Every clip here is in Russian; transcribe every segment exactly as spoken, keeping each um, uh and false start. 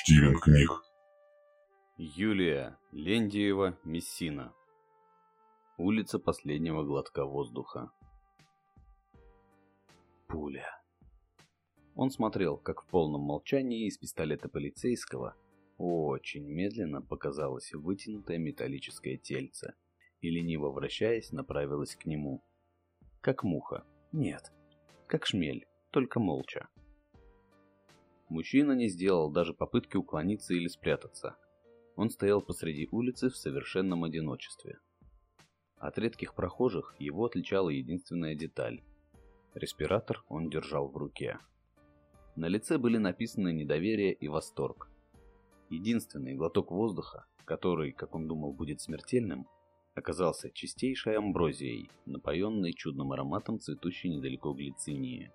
Стивен Книг. Юлия Лендиева-Мессина. Улица последнего глотка воздуха. Пуля. Он смотрел, как в полном молчании из пистолета полицейского очень медленно показалось вытянутое металлическое тельце и, лениво вращаясь, направилось к нему. Как муха. Нет, как шмель, только молча. Мужчина не сделал даже попытки уклониться или спрятаться. Он стоял посреди улицы в совершенном одиночестве. От редких прохожих его отличала единственная деталь. Респиратор он держал в руке. На лице были написаны недоверие и восторг. Единственный глоток воздуха, который, как он думал, будет смертельным, оказался чистейшей амброзией, напоенной чудным ароматом цветущей недалеко глицинии.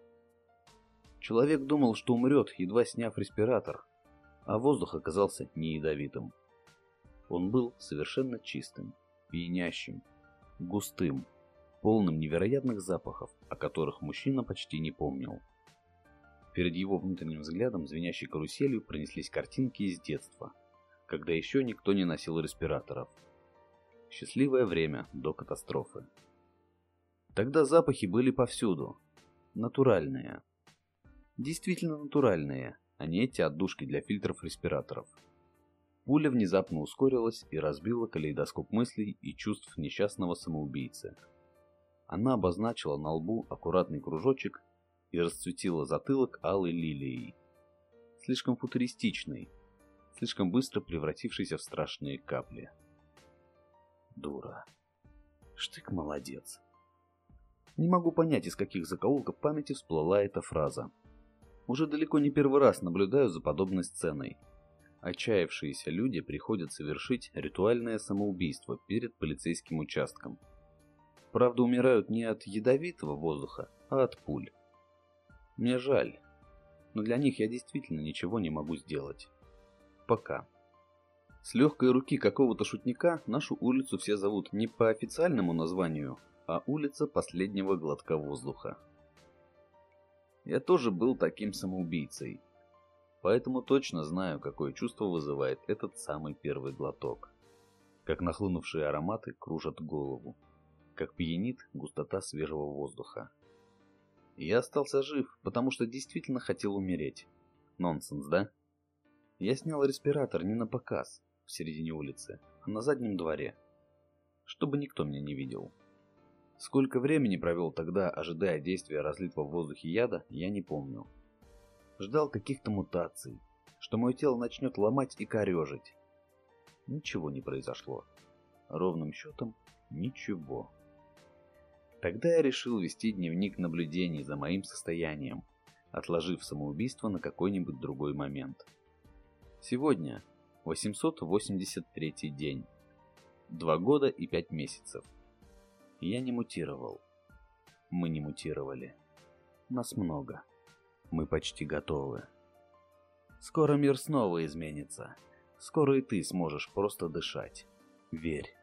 Человек думал, что умрет, едва сняв респиратор, а воздух оказался не ядовитым. Он был совершенно чистым, пьянящим, густым, полным невероятных запахов, о которых мужчина почти не помнил. Перед его внутренним взглядом звенящей каруселью пронеслись картинки из детства, когда еще никто не носил респираторов. Счастливое время до катастрофы. Тогда запахи были повсюду, натуральные. Действительно натуральные, а не эти отдушки для фильтров респираторов. Пуля внезапно ускорилась и разбила калейдоскоп мыслей и чувств несчастного самоубийцы. Она обозначила на лбу аккуратный кружочек и расцветила затылок алой лилией. Слишком футуристичный, слишком быстро превратившийся в страшные капли. Дура. Штык молодец. Не могу понять, из каких закоулков памяти всплыла эта фраза. Уже далеко не первый раз наблюдаю за подобной сценой. Отчаявшиеся люди приходят совершить ритуальное самоубийство перед полицейским участком. Правда, умирают не от ядовитого воздуха, а от пуль. Мне жаль, но для них я действительно ничего не могу сделать. Пока. С легкой руки какого-то шутника нашу улицу все зовут не по официальному названию, а улица последнего глотка воздуха. Я тоже был таким самоубийцей, поэтому точно знаю, какое чувство вызывает этот самый первый глоток. Как нахлынувшие ароматы кружат голову, как пьянит густота свежего воздуха. И я остался жив, потому что действительно хотел умереть. Нонсенс, да? Я снял респиратор не на показ, в середине улицы, а на заднем дворе, чтобы никто меня не видел. Сколько времени провел тогда, ожидая действия разлитого в воздухе яда, я не помню. Ждал каких-то мутаций, что мое тело начнет ломать и корежить. Ничего не произошло. Ровным счетом ничего. Тогда я решил вести дневник наблюдений за моим состоянием, отложив самоубийство на какой-нибудь другой момент. Сегодня восемьсот восемьдесят третий день. Два года и пять месяцев. Я не мутировал. Мы не мутировали. Нас много. Мы почти готовы. Скоро мир снова изменится. Скоро и ты сможешь просто дышать. Верь.